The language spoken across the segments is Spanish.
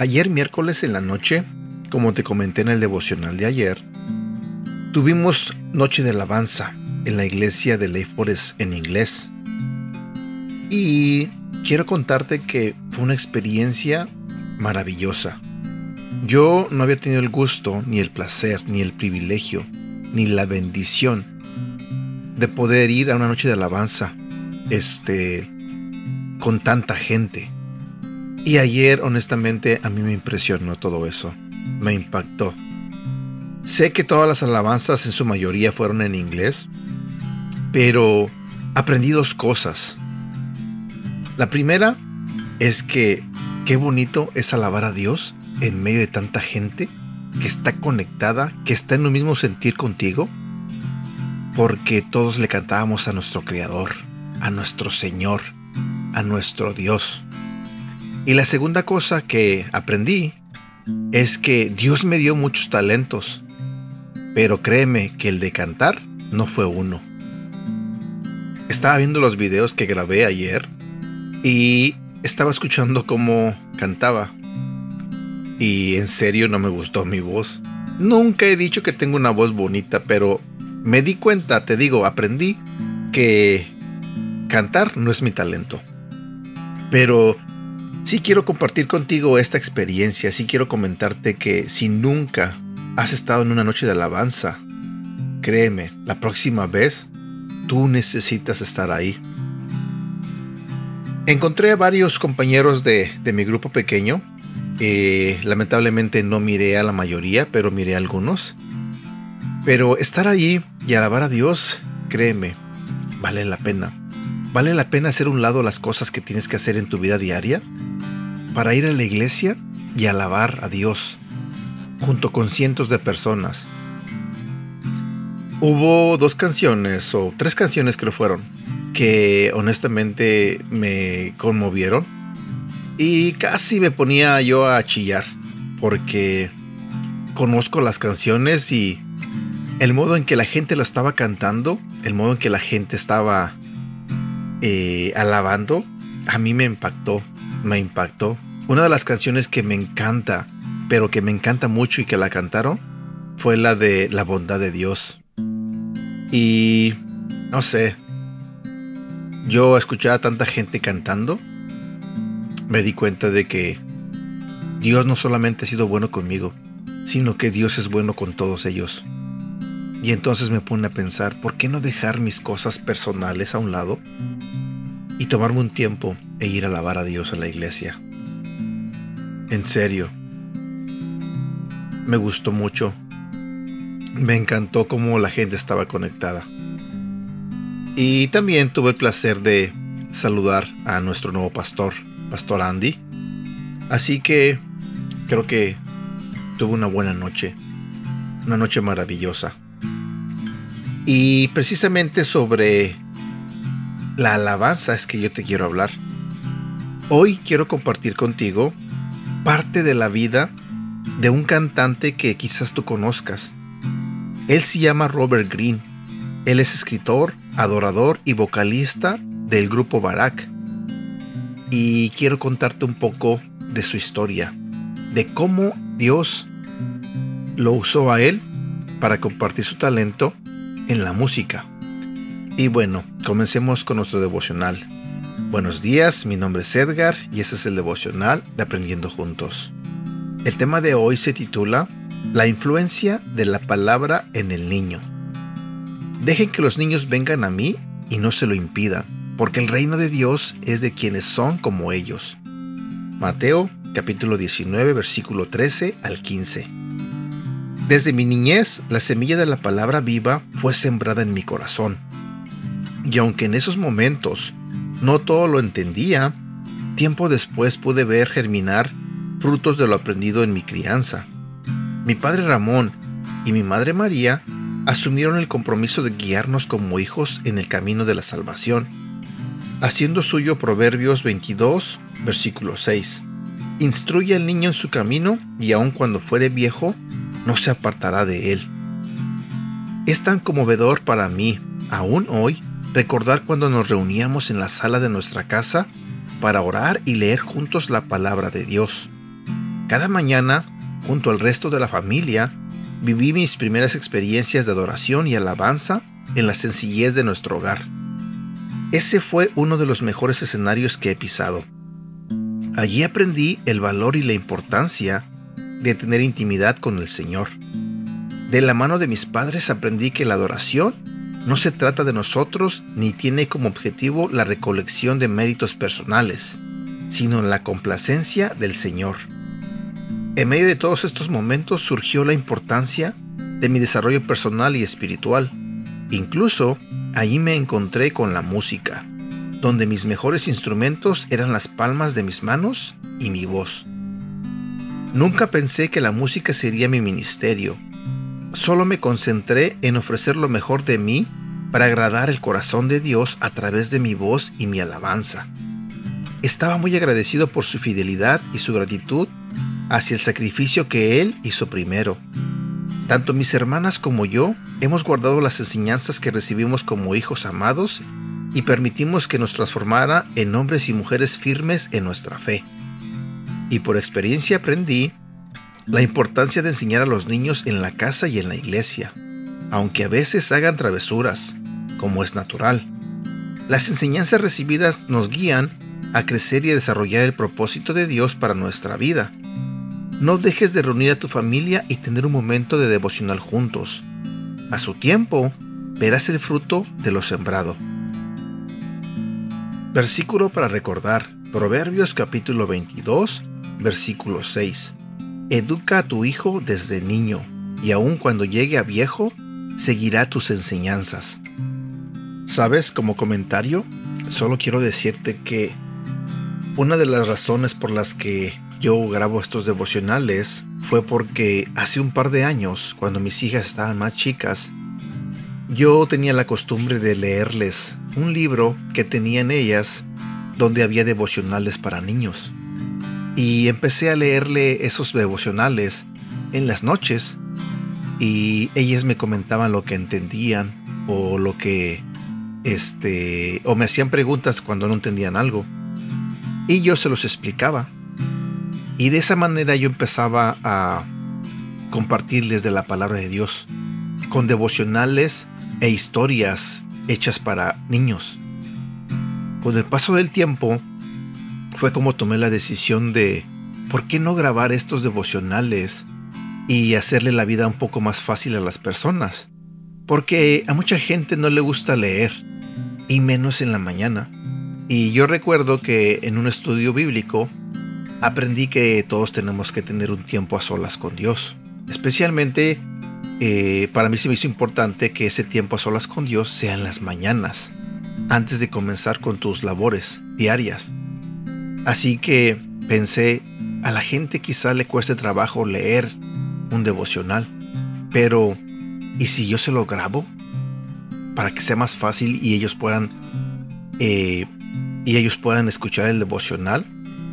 Ayer miércoles en la noche, como te comenté en el devocional de ayer, tuvimos noche de alabanza en la iglesia de Lake Forest en inglés. Y quiero contarte que fue una experiencia maravillosa. Yo no había tenido el gusto, ni el placer, ni el privilegio, ni la bendición de poder ir a una noche de alabanza con tanta gente. Y ayer, honestamente, a mí me impresionó todo eso. Me impactó. Sé que todas las alabanzas en su mayoría fueron en inglés, pero aprendí dos cosas. La primera es que qué bonito es alabar a Dios en medio de tanta gente que está conectada, que está en un mismo sentir contigo, porque todos le cantábamos a nuestro Creador, a nuestro Señor, a nuestro Dios. Y la segunda cosa que aprendí es que Dios me dio muchos talentos, pero créeme que el de cantar no fue uno. Estaba viendo los videos que grabé ayer y estaba escuchando cómo cantaba. Y en serio no me gustó mi voz. Nunca he dicho que tengo una voz bonita, pero me di cuenta, te digo, aprendí que cantar no es mi talento. Pero sí quiero compartir contigo esta experiencia, sí quiero comentarte que si nunca has estado en una noche de alabanza, créeme, la próxima vez tú necesitas estar ahí. Encontré a varios compañeros de mi grupo pequeño. Lamentablemente no miré a la mayoría, pero miré a algunos. Pero estar allí y alabar a Dios, créeme, vale la pena. Vale la pena hacer a un lado las cosas que tienes que hacer en tu vida diaria para ir a la iglesia y alabar a Dios junto con cientos de personas. Hubo 2 canciones o 3 canciones creo fueron que honestamente me conmovieron y casi me ponía yo a chillar porque conozco las canciones y el modo en que la gente lo estaba cantando, el modo en que la gente estaba alabando, a mí me impactó. Una de las canciones que me encanta, pero que me encanta mucho y que la cantaron, fue la de La bondad de Dios. Y no sé, yo escuchaba a tanta gente cantando, me di cuenta de que Dios no solamente ha sido bueno conmigo, sino que Dios es bueno con todos ellos. Y entonces me pone a pensar, ¿por qué no dejar mis cosas personales a un lado y tomarme un tiempo e ir a alabar a Dios a la iglesia? En serio, me gustó mucho. Me encantó cómo la gente estaba conectada. Y también tuve el placer de saludar a nuestro nuevo pastor, Pastor Andy. Así que creo que tuve una buena noche, una noche maravillosa. Y precisamente sobre la alabanza es que yo te quiero hablar. Hoy quiero compartir contigo parte de la vida de un cantante que quizás tú conozcas. Él se llama Robert Greene. Él es escritor, adorador y vocalista del grupo Barak. Y quiero contarte un poco de su historia, de cómo Dios lo usó a él para compartir su talento en la música. Y bueno, comencemos con nuestro devocional. Buenos días, mi nombre es Edgar y este es el devocional de Aprendiendo Juntos. El tema de hoy se titula La influencia de la palabra en el niño. Dejen que los niños vengan a mí y no se lo impidan, porque el reino de Dios es de quienes son como ellos. Mateo capítulo 19, versículo 13 al 15. Desde mi niñez, la semilla de la palabra viva fue sembrada en mi corazón. Y aunque en esos momentos no todo lo entendía, tiempo después pude ver germinar frutos de lo aprendido en mi crianza. Mi padre Ramón y mi madre María asumieron el compromiso de guiarnos como hijos en el camino de la salvación, haciendo suyo Proverbios 22, versículo 6. Instruye al niño en su camino y aun cuando fuere viejo, no se apartará de él. Es tan conmovedor para mí, aún hoy, recordar cuando nos reuníamos en la sala de nuestra casa para orar y leer juntos la palabra de Dios. Cada mañana, junto al resto de la familia, viví mis primeras experiencias de adoración y alabanza en la sencillez de nuestro hogar. Ese fue uno de los mejores escenarios que he pisado. Allí aprendí el valor y la importancia de tener intimidad con el Señor. De la mano de mis padres aprendí que la adoración no se trata de nosotros ni tiene como objetivo la recolección de méritos personales, sino la complacencia del Señor. En medio de todos estos momentos surgió la importancia de mi desarrollo personal y espiritual. Incluso allí me encontré con la música, donde mis mejores instrumentos eran las palmas de mis manos y mi voz. Nunca pensé que la música sería mi ministerio. Solo me concentré en ofrecer lo mejor de mí para agradar el corazón de Dios a través de mi voz y mi alabanza. Estaba muy agradecido por su fidelidad y su gratitud hacia el sacrificio que Él hizo primero. Tanto mis hermanas como yo hemos guardado las enseñanzas que recibimos como hijos amados y permitimos que nos transformara en hombres y mujeres firmes en nuestra fe. Y por experiencia aprendí la importancia de enseñar a los niños en la casa y en la iglesia, aunque a veces hagan travesuras, como es natural. Las enseñanzas recibidas nos guían a crecer y a desarrollar el propósito de Dios para nuestra vida. No dejes de reunir a tu familia y tener un momento de devocional juntos. A su tiempo, verás el fruto de lo sembrado. Versículo para recordar: Proverbios capítulo 22, versículo 6. Educa a tu hijo desde niño, y aun cuando llegue a viejo, seguirá tus enseñanzas. ¿Sabes? Como comentario, solo quiero decirte que una de las razones por las que yo grabo estos devocionales fue porque hace un par de años, cuando mis hijas estaban más chicas, yo tenía la costumbre de leerles un libro que tenían ellas donde había devocionales para niños. Y empecé a leerle esos devocionales en las noches y ellas me comentaban lo que entendían o lo que o me hacían preguntas cuando no entendían algo y yo se los explicaba, y de esa manera yo empezaba a compartirles de la palabra de Dios con devocionales e historias hechas para niños. Con el paso del tiempo fue como tomé la decisión de ¿por qué no grabar estos devocionales y hacerle la vida un poco más fácil a las personas? Porque a mucha gente no le gusta leer, y menos en la mañana. Y yo recuerdo que en un estudio bíblico aprendí que todos tenemos que tener un tiempo a solas con Dios. Especialmente para mí se me hizo importante que ese tiempo a solas con Dios sea en las mañanas, antes de comenzar con tus labores diarias. Así que pensé, a la gente quizá le cueste trabajo leer un devocional, pero ¿y si yo se lo grabo? Para que sea más fácil y ellos puedan escuchar el devocional.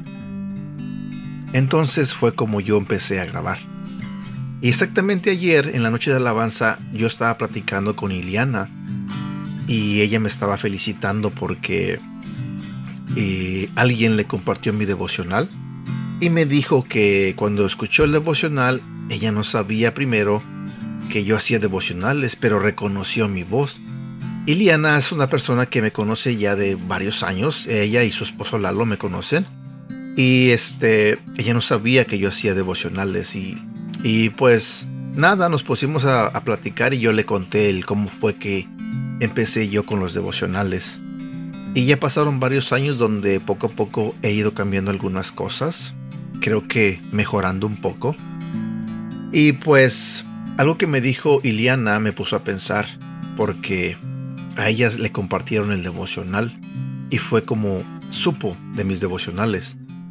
Entonces fue como yo empecé a grabar. Y exactamente ayer, en la noche de alabanza, yo estaba platicando con Iliana y ella me estaba felicitando porque alguien le compartió mi devocional y me dijo que cuando escuchó el devocional, ella no sabía primero que yo hacía devocionales, pero reconoció mi voz. Iliana es una persona que me conoce ya de varios años. Ella y su esposo Lalo me conocen. Y ella no sabía que yo hacía devocionales. Y pues nada, nos pusimos a platicar y yo le conté cómo fue que empecé yo con los devocionales. Y ya pasaron varios años donde poco a poco he ido cambiando algunas cosas. Creo que mejorando un poco. Y pues algo que me dijo Iliana me puso a pensar, porque a ellas le compartieron el devocional y fue como supo de mis devocionales.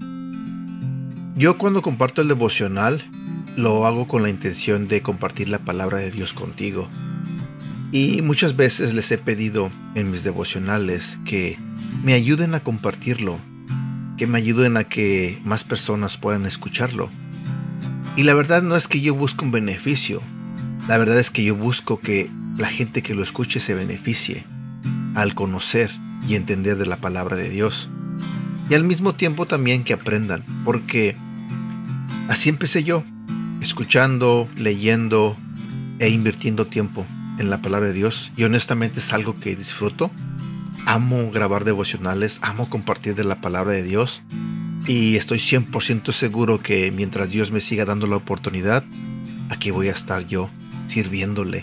Yo cuando comparto el devocional lo hago con la intención de compartir la palabra de Dios contigo. Y muchas veces les he pedido en mis devocionales que me ayuden a compartirlo, que me ayuden a que más personas puedan escucharlo. Y la verdad no es que yo busque un beneficio, la verdad es que yo busco que la gente que lo escuche se beneficie al conocer y entender de la palabra de Dios. Y al mismo tiempo también que aprendan, porque Así empecé yo, escuchando, leyendo e invirtiendo tiempo en la palabra de Dios, y honestamente es algo que disfruto. Amo grabar devocionales, amo compartir de la palabra de Dios, y estoy 100% seguro que mientras Dios me siga dando la oportunidad, aquí voy a estar yo sirviéndole.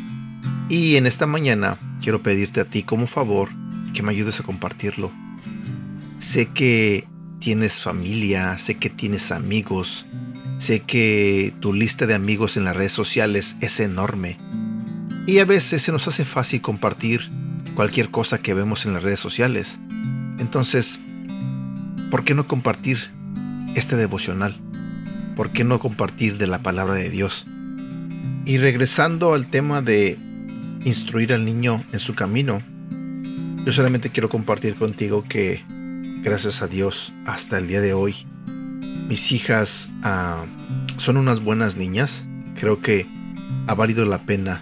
Y en esta mañana quiero pedirte a ti como favor que me ayudes a compartirlo. Sé que tienes familia, sé que tienes amigos, sé que tu lista de amigos en las redes sociales es enorme. Y a veces se nos hace fácil compartir cualquier cosa que vemos en las redes sociales. Entonces, ¿por qué no compartir este devocional? ¿Por qué no compartir de la palabra de Dios? Y regresando al tema de instruir al niño en su camino, yo solamente quiero compartir contigo que, gracias a Dios, hasta el día de hoy, mis hijas son unas buenas niñas. Creo que ha valido la pena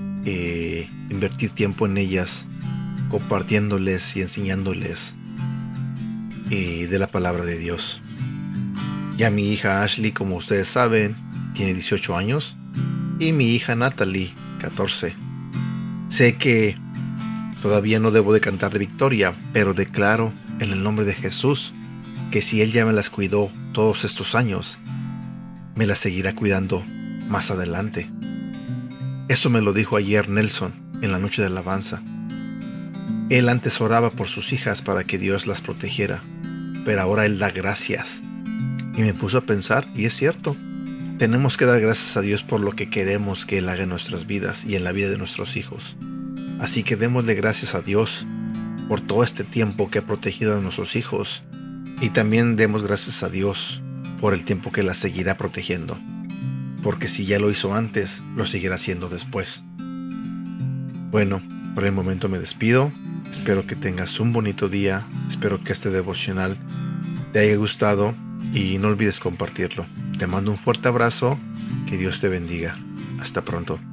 invertir tiempo en ellas, compartiéndoles y enseñándoles de la palabra de Dios. Ya mi hija Ashley, como ustedes saben, tiene 18 años y mi hija Natalie, 14. Sé que todavía no debo de cantar de victoria, pero declaro en el nombre de Jesús que si Él ya me las cuidó todos estos años, me las seguirá cuidando más adelante. Eso me lo dijo ayer Nelson en la noche de alabanza. Él antes oraba por sus hijas para que Dios las protegiera, pero ahora Él da gracias. Y me puso a pensar, y es cierto, tenemos que dar gracias a Dios por lo que queremos que Él haga en nuestras vidas y en la vida de nuestros hijos. Así que démosle gracias a Dios por todo este tiempo que ha protegido a nuestros hijos, y también demos gracias a Dios por el tiempo que las seguirá protegiendo, porque si ya lo hizo antes, lo seguirá haciendo después. Bueno, por el momento me despido. Espero que tengas un bonito día. Espero que este devocional te haya gustado y no olvides compartirlo. Te mando un fuerte abrazo. Que Dios te bendiga. Hasta pronto.